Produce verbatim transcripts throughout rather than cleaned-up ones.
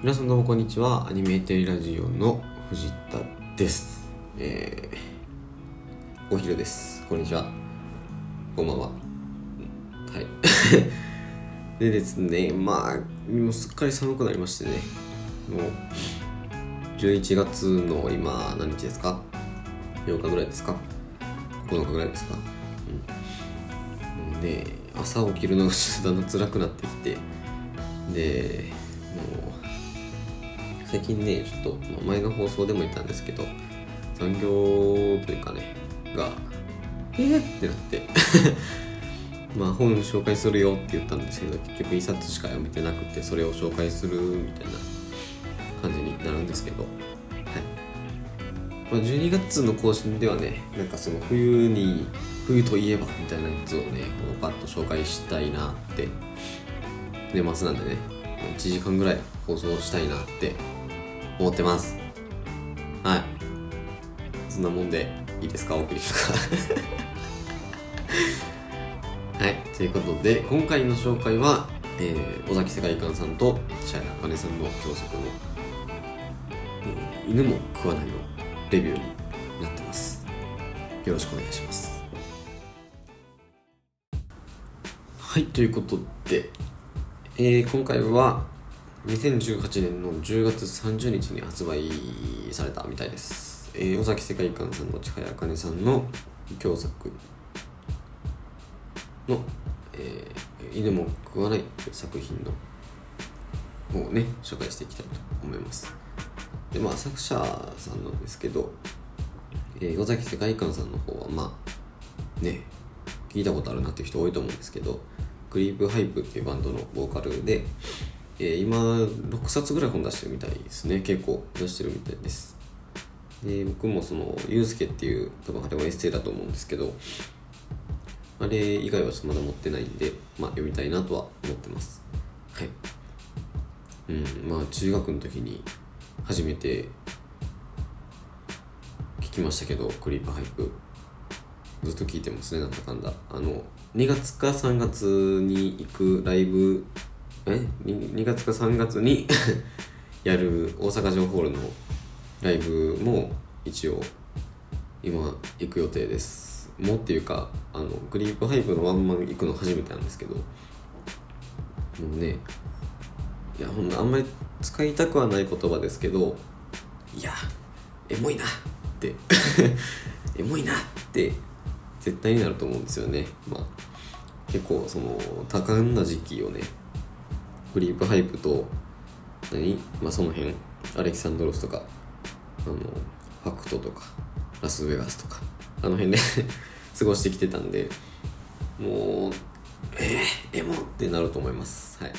皆さんどうもこんにちは。アニメテレラジオの藤田です。えー、お昼です。こんにちは。こんばんは。はい。でですね、まあもうすっかり寒くなりましてね。もうじゅういちがつの今何日ですか？ようかぐらいですか？ここのかぐらいですか？うん。もうね、朝起きるのがちょっとだんだん辛くなってきて、で、もう最近ね、ちょっと前の放送でも言ったんですけど、残業というかねがえーってなってまあ本紹介するよって言ったんですけど、結局一冊しか読めてなくて、それを紹介するみたいな感じになるんですけど、はい。まあ、じゅうにがつの更新ではね、なんかその冬に冬といえばみたいなやつをね、パッと紹介したいなって、年末なんでね、いちじかんぐらい放送したいなって思ってます。はい。そんなもんでいいですか？お送りですか？はい。ということで、今回の紹介は、えー、尾崎世界観さんとシャイアカネさんの共作の、えー、犬も食わないのレビューになってます。よろしくお願いします。はい。ということで、えー、今回はにせんじゅうはちねんのじゅうがつさんじゅうにちに発売されたみたいです。えー、尾崎世界観さんと千早茜さんの共作の、えー、犬も食わないという作品の方をね、紹介していきたいと思います。で、まあ作者さんなんですけど、えー、尾崎世界観さんの方はまあね、聞いたことあるなっていう人多いと思うんですけど、クリープハイプっていうバンドのボーカルで、えー、今ろくさつぐらい本出してるみたいですね。結構出してるみたいです。で、僕もそのゆうすけっていう、多分あれはエッセイだと思うんですけど、あれ以外はちょっとまだ持ってないんで、まあ読みたいなとは思ってます。はい。うん、まあ中学の時に初めて聞きましたけど、クリープハイプずっと聞いてますね、なんだかんだ。あのにがつかさんがつに行くライブえ 2, 2月かさんがつにやる大阪城ホールのライブも一応今行く予定です。もうっていうか、あのグリープハイプのワンマン行くの初めてなんですけど、もうね、いやほんとあんまり使いたくはない言葉ですけど、いやエモいなってエモいなって絶対になると思うんですよね。まあ結構その多感な時期をね、クリープハイプと何、まあ、その辺アレキサンドロスとかあのファクトとかラスベガスとかあの辺で過ごしてきてたんで、もうえー、エモってなると思います。はい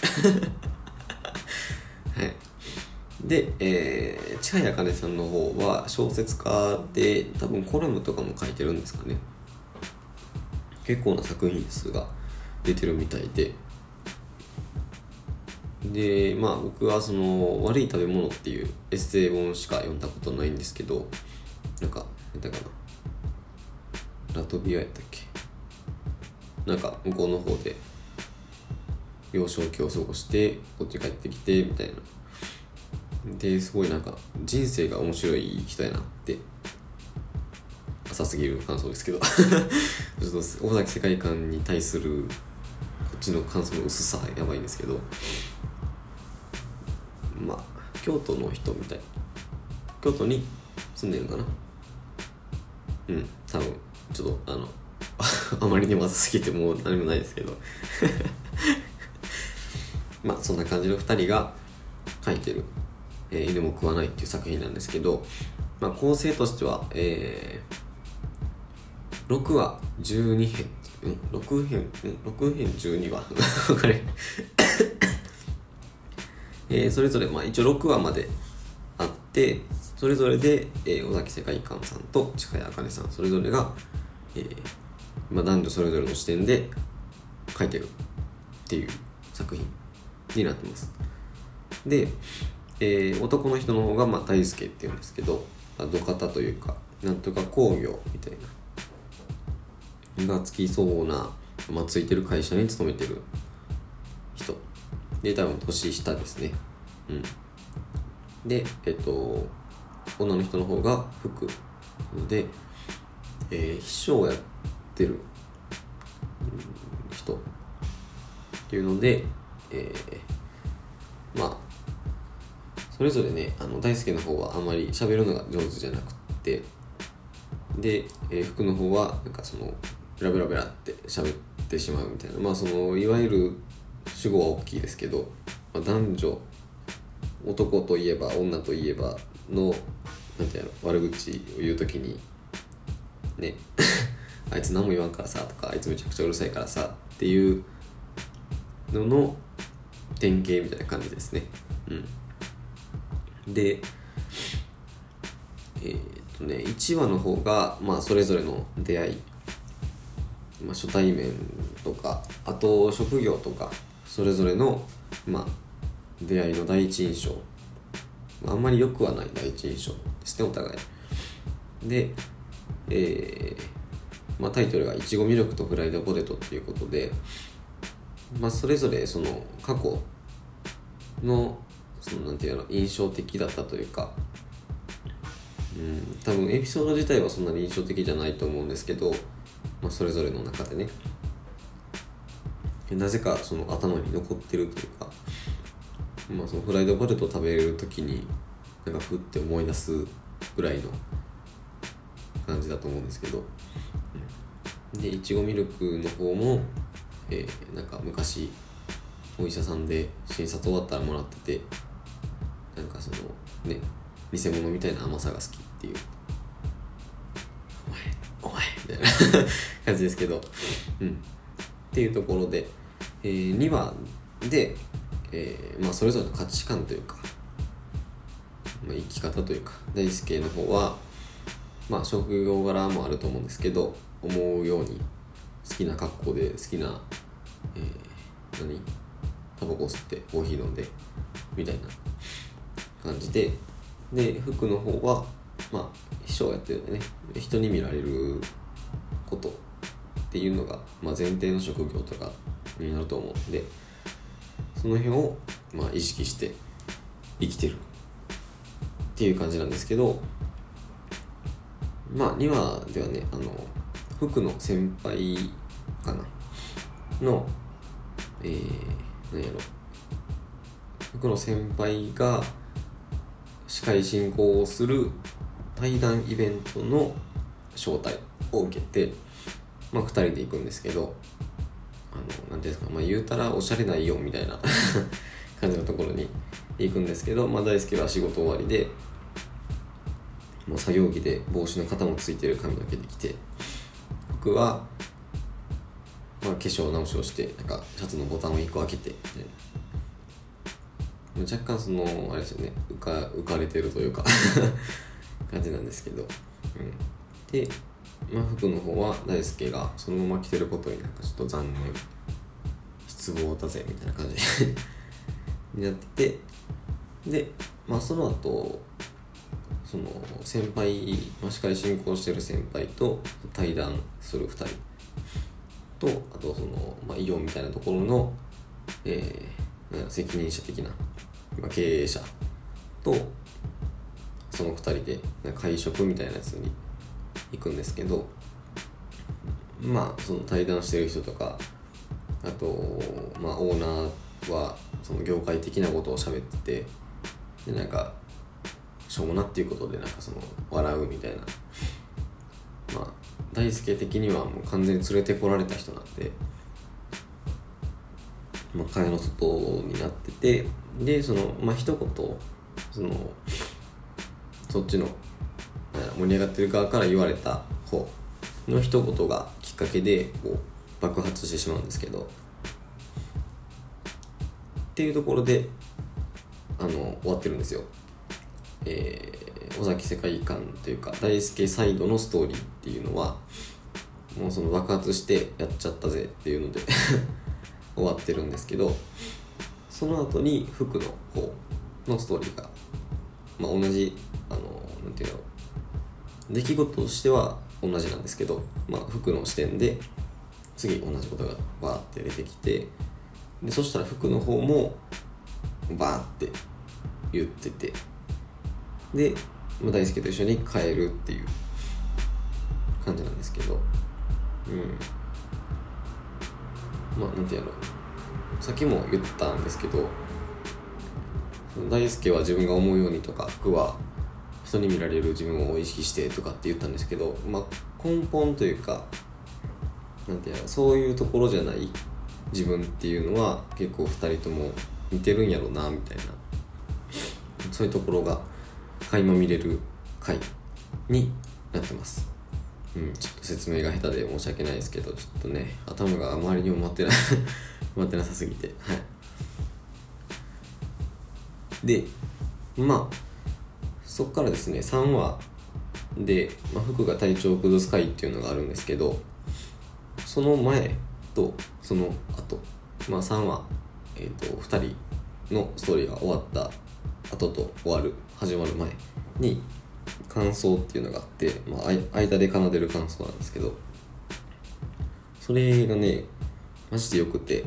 はいで、えー、千早茜さんの方は小説家で、多分コラムとかも書いてるんですかね。結構な作品数が出てるみたいで、で、まあ僕はその悪い食べ物っていうエッセイ本しか読んだことないんですけど、なんか何だかな、ラトビアやったっけ、なんか向こうの方で幼少期を過ごしてこっち帰ってきてみたいな、ですごいなんか人生が面白い人やなって、浅すぎる感想ですけどちょっと尾崎世界観に対するこっちの感想の薄さやばいんですけど、まあ京都の人みたい、京都に住んでるのかな、うん多分ちょっとあのあまりにも浅すぎてもう何もないですけどまあそんな感じのふたりが書いてる、えー、犬も食わないっていう作品なんですけど、まあ構成としては、えー、ろくわじゅうにへん、うん、ろくへん、うん、ろくへんじゅうにわ分かれえー、それぞれまあ一応ろくわまであって、それぞれで、えー、尾崎世界観さんと千早茜さんそれぞれが、えーまあ、男女それぞれの視点で書いてるっていう作品になってます。で、えー、男の人の方がまあ大輔っていうんですけど、土方というかなんとか工業みたいながつきそうな、まあ、ついてる会社に勤めてる人で、多分年下ですね。うんで、えっと、女の人の方が服で、えー、秘書をやってる人っていうので、えー、まあそれぞれね、あの大輔の方はあまり喋るのが上手じゃなくて、で、えー、福の方はなんかそのベラベラベラって喋ってしまうみたいな、まあそのいわゆる主語は大きいですけど、まあ、男女男といえば女といえばのなんていうの悪口を言うときにねあいつ何も言わんからさとか、あいつめちゃくちゃうるさいからさっていうのの典型みたいな感じですね。うん。で、えー、っとね、いちわの方が、まあ、それぞれの出会い、まあ、初対面とか、あと職業とか、それぞれの、まあ、出会いの第一印象、まあ、あんまり良くはない第一印象ですね、お互い。で、えーまあ、タイトルがいちごミルクとフライドポテトっていうことで、まあ、それぞれその過去のそのなんていうの印象的だったというか、うん、多分エピソード自体はそんなに印象的じゃないと思うんですけど、まあ、それぞれの中でね、なぜかその頭に残ってるというか、まあ、そのフライドポテトを食べるときになんかふって思い出すぐらいの感じだと思うんですけど、でいちごミルクの方も、えー、なんか昔お医者さんで診察終わったらもらってて、なんかそのね偽物みたいな甘さが好きっていうお前お前みたいな感じですけど、うんっていうところで、えー、にわで、えーまあ、それぞれの価値観というか、まあ、生き方というか、大輔の方はまあ職業柄もあると思うんですけど、思うように好きな格好で好きな、えー、何タバコ吸ってコーヒー飲んでみたいな感じで、で服の方はまあ秘書をやってるんでね、人に見られることっていうのが、まあ、前提の職業とかになると思うんで、その辺をまあ意識して生きてるっていう感じなんですけど、まあにわではね、あの服の先輩かなの、えー、何やろ服の先輩が司会進行をする対談イベントの招待を受けて、まあふたりで行くんですけど、あのなんていうんですか、まあ言うたらおしゃれなイオンみたいな感じのところに行くんですけど、まあ大輔は仕事終わりでもう作業着で帽子の肩もついてる髪の毛で来て、僕は、まあ、化粧直しをしてなんかシャツのボタンをいっこ開けて、ね、若干そのあれですよね、浮か浮かれてるというか感じなんですけど、うん、で、まあ、服の方は大輔がそのまま着てることになんかちょっと残念、失望だぜみたいな感じになってて、で、まあ、その後その先輩、まあ、司会進行してる先輩と対談するふたりと、あとその、まあ、イオンみたいなところの、えー、責任者的な、まあ、経営者とそのふたりで会食みたいなやつに行くんですけど、まあその対談してる人とか、あと、まあ、オーナーはその業界的なことを喋ってて、でなんかしょうもなっていうことでなんかその笑うみたいな、まあ大輔的にはもう完全に連れてこられた人なんで、まあ、蚊帳の外になってて、でそのまあ一言そのそっちの盛り上がってる側から言われた方の一言がきっかけでこう爆発してしまうんですけど、っていうところであの終わってるんですよ。えー、尾崎世界観というか大輔サイドのストーリーっていうのはもうその爆発してやっちゃったぜっていうので終わってるんですけど、その後に服の方のストーリーが、まあ、同じあのなんていうの出来事としては同じなんですけど、まあ、服の視点で次同じことがバーって出てきて、でそしたら服の方もバーって言ってて、 で、まあ、大輔と一緒に帰るっていう感じなんですけど、うんまあなんていうの、さっきも言ったんですけど、大輔は自分が思うようにとか、服は人に見られる自分を意識してとかって言ったんですけど、まあ根本というか、なんていうの、そういうところじゃない自分っていうのは結構ふたりとも似てるんやろうなみたいな、そういうところが垣間見れる回になってます。うん、ちょっと説明が下手で申し訳ないですけど、ちょっとね頭があまりにも回ってない回ってなさすぎて、はい。で、まあそっからですねさんわで、まあ、服が体調を崩す回っていうのがあるんですけど、その前とその後、まあさんわ、えーとふたりのストーリーが終わった後と終わる始まる前に感想っていうのがあって、まあ、間で奏でる感想なんですけど、それがねマジでよくて、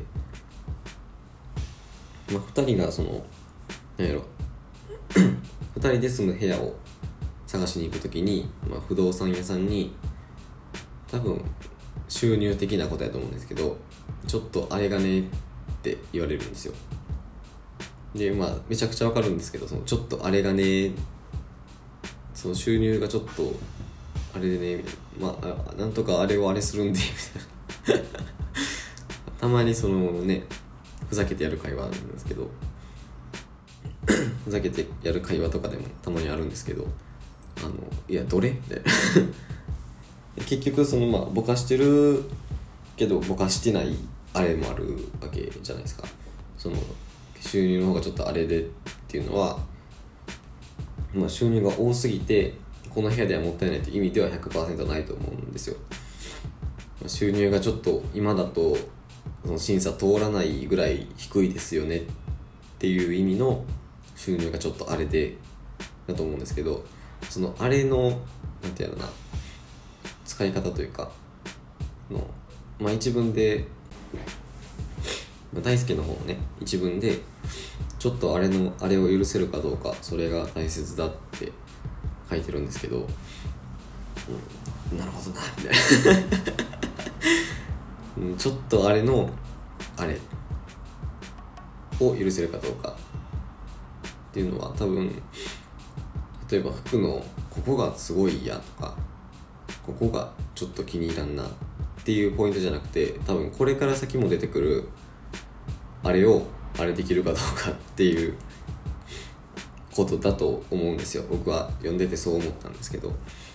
まあ、ふたりがその何やろふたりで住む部屋を探しに行くときに、まあ、不動産屋さんに多分収入的なことやと思うんですけど、ちょっとあれがねって言われるんですよ。でまあめちゃくちゃわかるんですけど、そのちょっとあれがね、その収入がちょっとあれでねみたいな、まあなんとかあれをあれするんでみたいなたまにそのねふざけてやる会話あるんですけどふざけてやる会話とかでもたまにあるんですけど、あのいやどれみたいな結局そのまあぼかしてるけどぼかしてないあれもあるわけじゃないですか。その収入の方がちょっとあれでっていうのは、まあ、収入が多すぎてこの部屋ではもったいないという意味では ひゃくパーセント ないと思うんですよ。収入がちょっと今だとその審査通らないぐらい低いですよねっていう意味の収入がちょっとあれでだと思うんですけど、そのあれのなんていうのかな、使い方というかの、まあ、一文で、まあ、大輔の方のね一文でちょっとあれのあれを許せるかどうか、それが大切だって書いてるんですけど、うん、なるほどなみたいなうん、ちょっとあれのあれを許せるかどうかっていうのは、多分例えば服のここがすごい嫌とか、ここがちょっと気に入らんなっていうポイントじゃなくて、多分これから先も出てくるあれをあれできるかどうかっていうことだと思うんですよ。僕は読んでてそう思ったんですけど、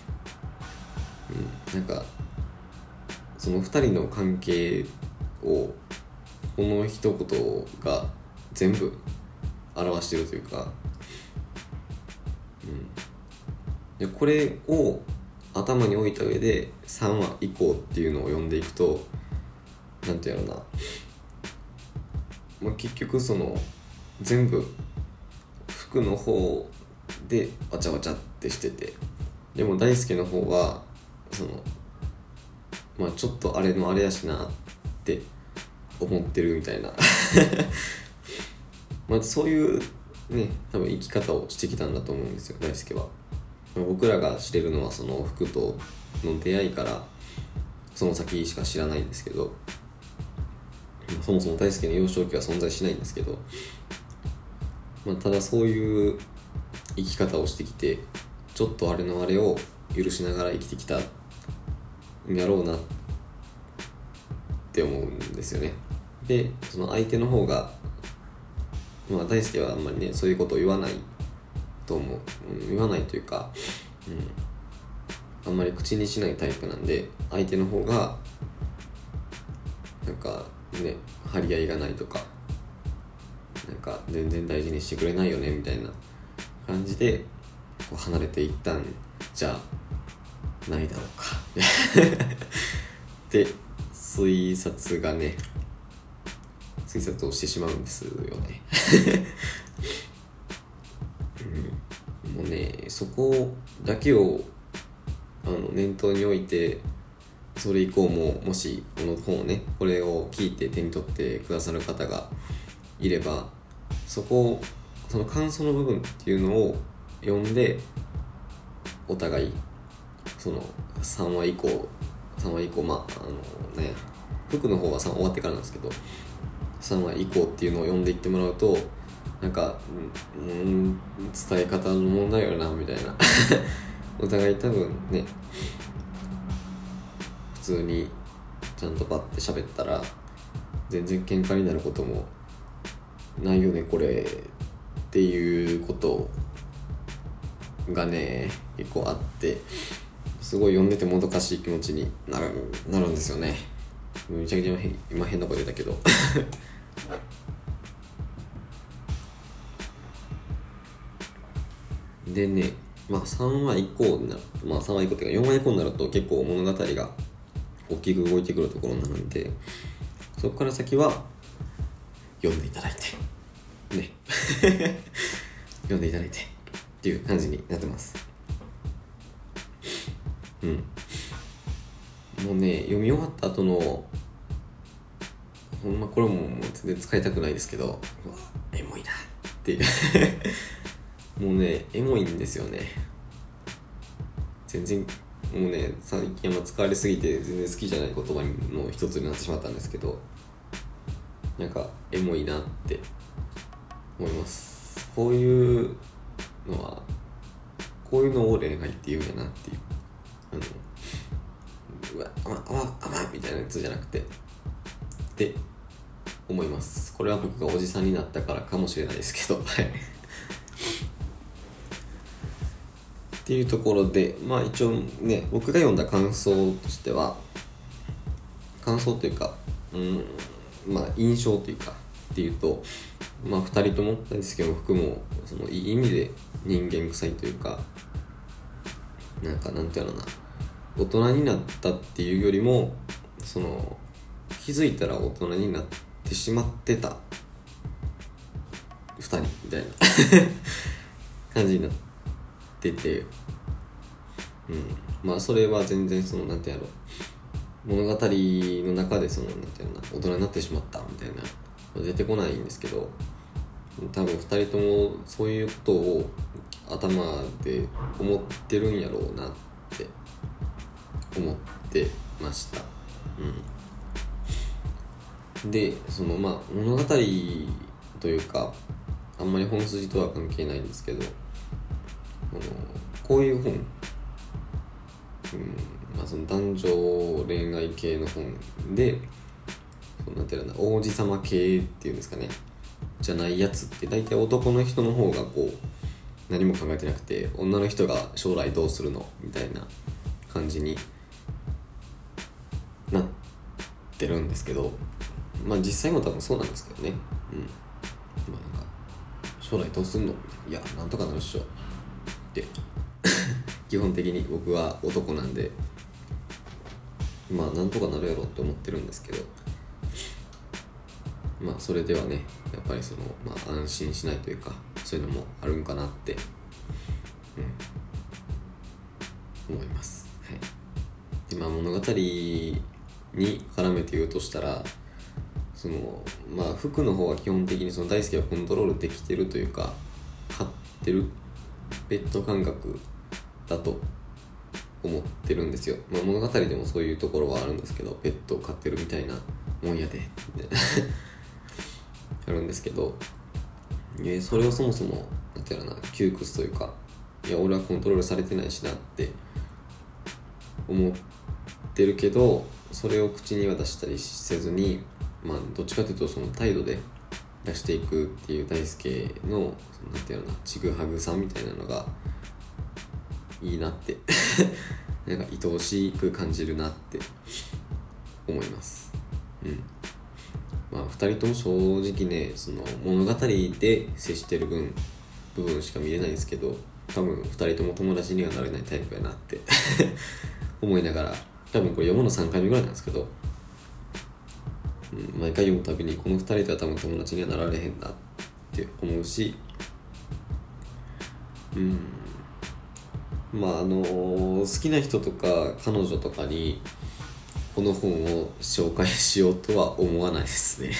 うん、なんかそのふたりの関係をこの一言が全部表してるというか、うん、でこれを頭に置いた上でさんわ以降っていうのを読んでいくと、なんていうのかな、まあ、結局その全部服の方でわちゃわちゃってしてて、でも大輔の方はそのまあちょっとあれのあれやしなって思ってるみたいなまあそういうね多分生き方をしてきたんだと思うんですよ、大輔は。僕らが知れるのはその服との出会いからその先しか知らないんですけど、そもそも大輔の幼少期は存在しないんですけど、まあ、ただそういう生き方をしてきて、ちょっとあれのあれを許しながら生きてきたんやろうなって思うんですよね。でその相手の方が、まあ、大輔はあんまりねそういうことを言わないと思う、うん、言わないというか、うん、あんまり口にしないタイプなんで、相手の方がなんかね張り合いがないとか、なんか全然大事にしてくれないよねみたいな感じでこう離れていったんじゃないだろうかって推察がね推察をしてしまうんですよね、うん、もうねそこだけをあの念頭に置いて、それ以降ももしこの本をねこれを聞いて手に取ってくださる方がいれば、そこをその感想の部分っていうのを読んでお互いそのさんわ以降さんわ以降まああのね服の方はさん終わってからなんですけどさんわ以降っていうのを読んでいってもらうとなんかうん、伝え方の問題よなみたいなお互い多分ね普通にちゃんとパッて喋ったら全然喧嘩になることもないよねこれっていうことがね結構あってすごい読んでてもどかしい気持ちになるなるんですよね。めちゃくちゃ今変なこと言ったけどでねまあさんわ以降になるまあさんわ以降っていうかよんわ以降になると結構物語が大きく動いてくるところなのでそこから先は読んでいただいてね読んでいただいてっていう感じになってます。うんもうね読み終わった後のほんまこれももう全然使いたくないですけどうわエモいなってもうねエモいんですよね。全然もうね最近は使われすぎて全然好きじゃない言葉の一つになってしまったんですけどなんかエモいなって思います。こういうのはこういうのを恋愛って言うんやなっていうあのうわ甘甘甘みたいなやつじゃなくてって思います。これは僕がおじさんになったからかもしれないですけどはいっていうところでまあ一応ね僕が読んだ感想としては感想というかうんまあ印象というかっていうとまあふたりとも大輔も福もそのいい意味で人間臭いというかなんかなんていうのかな大人になったっていうよりもその気づいたら大人になってしまってたふたりみたいな感じになっててうんまあそれは全然そのなんてやろう物語の中でそのなんていうの大人になってしまったみたいな出てこないんですけど多分ふたりともそういうことを頭で思ってるんやろうなって思ってました。うん、でそのまあ物語というかあんまり本筋とは関係ないんですけどあのこういう本、うんまあ、その男女恋愛系の本でそのなんていうの王子様系っていうんですかねじゃないやつって大体男の人の方がこう何も考えてなくて女の人が将来どうするのみたいな感じになってるんですけどまあ実際も多分そうなんですけどねうんまあなんか将来どうすんのいやなんとかなるっしょって基本的に僕は男なんでまあなんとかなるやろって思ってるんですけどまあそれではねやっぱりその、まあ、安心しないというかそういうのもあるんかなって、うん、思います、はい、でまあ物語に絡めて言うとしたらそのまあ服の方は基本的にその大輔はコントロールできてるというか飼ってるペット感覚だと思ってるんですよ、まあ、物語でもそういうところはあるんですけどペットを飼ってるみたいなもんやであるんですけどえそれをそもそもなんていうのかな窮屈というかいや俺はコントロールされてないしなって思ってるけどそれを口には出したりせずにまあどっちかというとその態度で出していくっていう大輔のなんていうのかなちぐはぐさみたいなのがいいなってなんか愛おしく感じるなって思いますうんまあふたりとも正直ねその物語で接してる分部分しか見れないんですけど多分ふたりとも友達にはなれないタイプやなって思いながら多分これ読むのさんかいめぐらいなんですけど、うん、毎回読むたびにこのふたりとは多分友達にはなられへんなって思うしうんまああのー、好きな人とか彼女とかにこの本を紹介しようとは思わないですね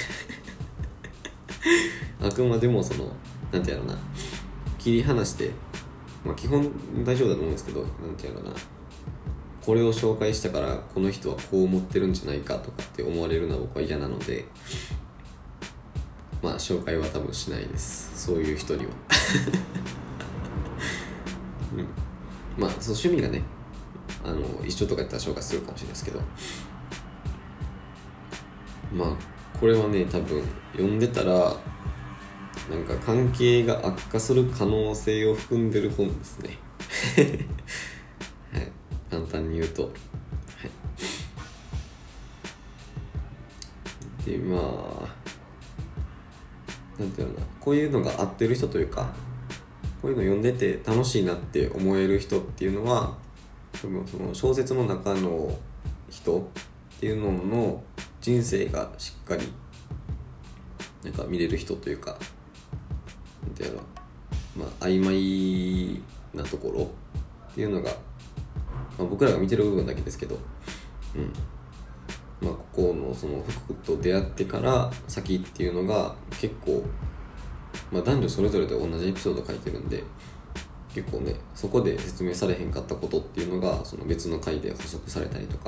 あくまでもそのなんてやろうな切り離してまあ基本大丈夫だと思うんですけど、なんていうのかな、これを紹介したからこの人はこう思ってるんじゃないかとかって思われるのは僕は嫌なので、まあ紹介は多分しないです、そういう人には、うん、まあその趣味がねあの一緒とかやったら紹介するかもしれないですけど、まあこれはね多分読んでたらなんか関係が悪化する可能性を含んでる本ですねはい、簡単に言うと、はい、でまあなんていうのかな、こういうのが合ってる人というか、こういうの読んでて楽しいなって思える人っていうのは多分その小説の中の人っていうのの人生がしっかりなんか見れる人というか、なんていうの、まあ曖昧なところっていうのが、まあ、僕らが見てる部分だけですけど、うんまあここのその福と出会ってから先っていうのが結構、まあ、男女それぞれで同じエピソード書いてるんで、結構ねそこで説明されへんかったことっていうのがその別の回で補足されたりとか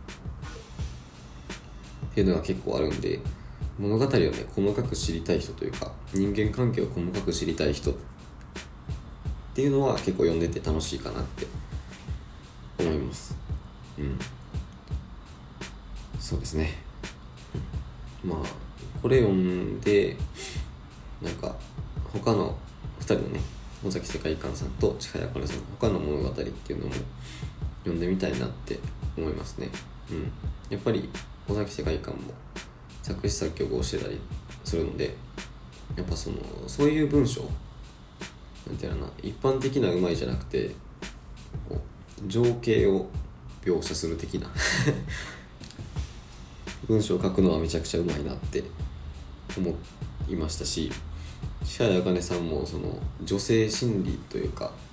っていうのが結構あるんで、物語をね細かく知りたい人というか、人間関係を細かく知りたい人っていうのは結構読んでて楽しいかなって思います。うんそうですね。まあこれ読んでなんか他のふたりのね、尾崎世界観さんと千早茜さんの他の物語っていうのも読んでみたいなって思いますね。うん、やっぱり尾崎世界観も作詞作曲をしてたりするので、やっぱそのそういう文章なんていうのかな、一般的なうまいじゃなくてこう情景を描写する的な文章を書くのはめちゃくちゃうまいなって思いましたし、千早茜さんもその女性心理というか、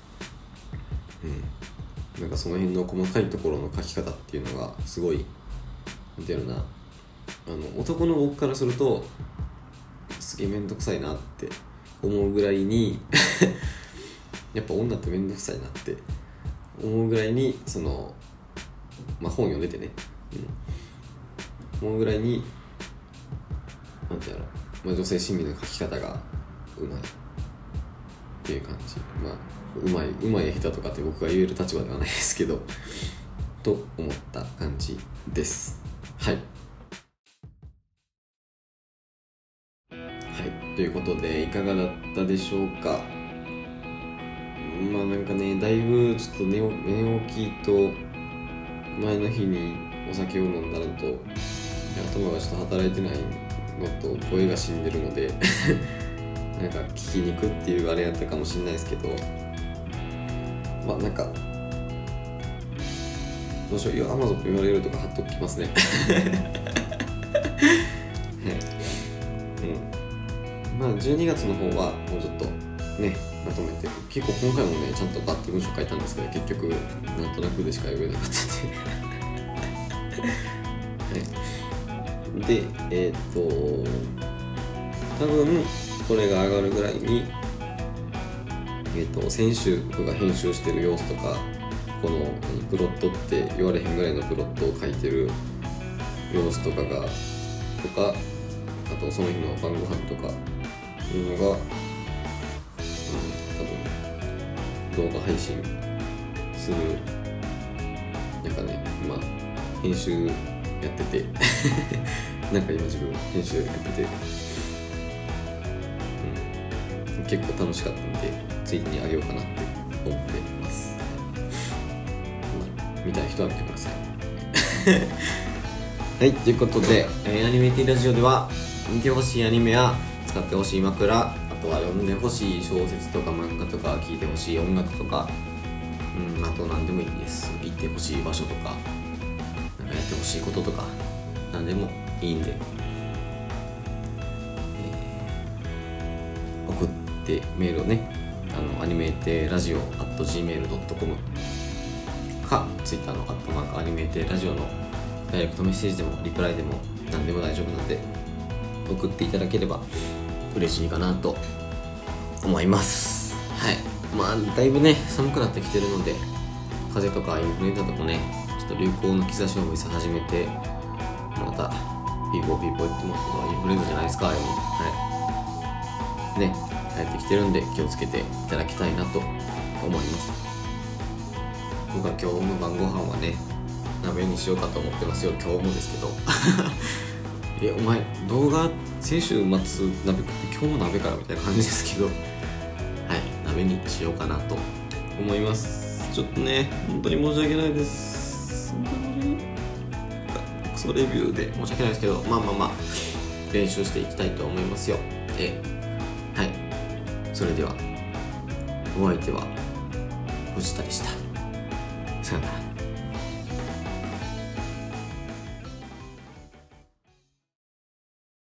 うん、なんかその辺の細かいところの書き方っていうのがすごいなんていうのかな、あの男の僕からするとすげえめんどくさいなって思うぐらいにやっぱ女ってめんどくさいなって思うぐらいに、そのまあ本読んでてね、うん、思うぐらいになんていうの、まあ、女性心理の書き方がうまいっていう感じ、まあうまいうまい下手とかって僕が言える立場ではないですけどと思った感じです。はいはいということでいかがだったでしょうか。まあなんかね、だいぶちょっと寝起きと前の日にお酒を飲んだのと頭がちょっと働いてないのと声が死んでるのでなんか聞きにくっていうあれやったかもしれないですけど、まあなんかどうしよう、いや Amazon と言われるとか貼っときますねうん、まあじゅうにがつの方はもうちょっとねまとめて、結構今回もねちゃんとバッて文章書いたんですけど結局なんとなくでしか読めなかったんではい、でえっ、ー、と多分これが上がるぐらいに、えー、と先週僕が編集してる様子とか、このプロットって言われへんぐらいのプロットを書いてる様子とかがとか、あとその日の晩ご飯とかいうのが、うん、多分動画配信するなんかね、まあ編集やっててなんか今自分編集やってて、うん、結構楽しかったんでついでにあげようかなって思ってます、まあ、見たい人は見てくださいはいということで、えー、アニメティラジオでは見てほしいアニメや使ってほしい枕、あとは読んでほしい小説とか漫画とか聴いてほしい音楽とか、うん、あと何でもいいです。行ってほしい場所とかなんかやってほしいこととか何でもいいんで、えー、送ってメールをね、あのアニメーテラジオ アットジーメールドットコム か Twitter のアットマークアニメーテラジオのダイレクトメッセージでもリプライでも何でも大丈夫なので送っていただければ嬉しいかなと思います。はい、 まあだいぶね寒くなってきてるので、風邪とかインフルエンザとかねちょっと流行の兆しを見せ始めて、またピーポーピーポー言ってますけど、インフルエンザじゃないですか、あれもはいね帰ってきてるんで気をつけていただきたいなと思います。僕は今日の晩ご飯はね鍋にしようかと思ってますよ。今日もですけどえお前動画先週末鍋食って今日も鍋からみたいな感じですけど、はい鍋にしようかなと思います。ちょっとね本当に申し訳ないです。本当にクソレビューで申し訳ないですけど、まあまあまあ練習していきたいと思いますよ。えはいそれではお相手は藤田でした。さよなら。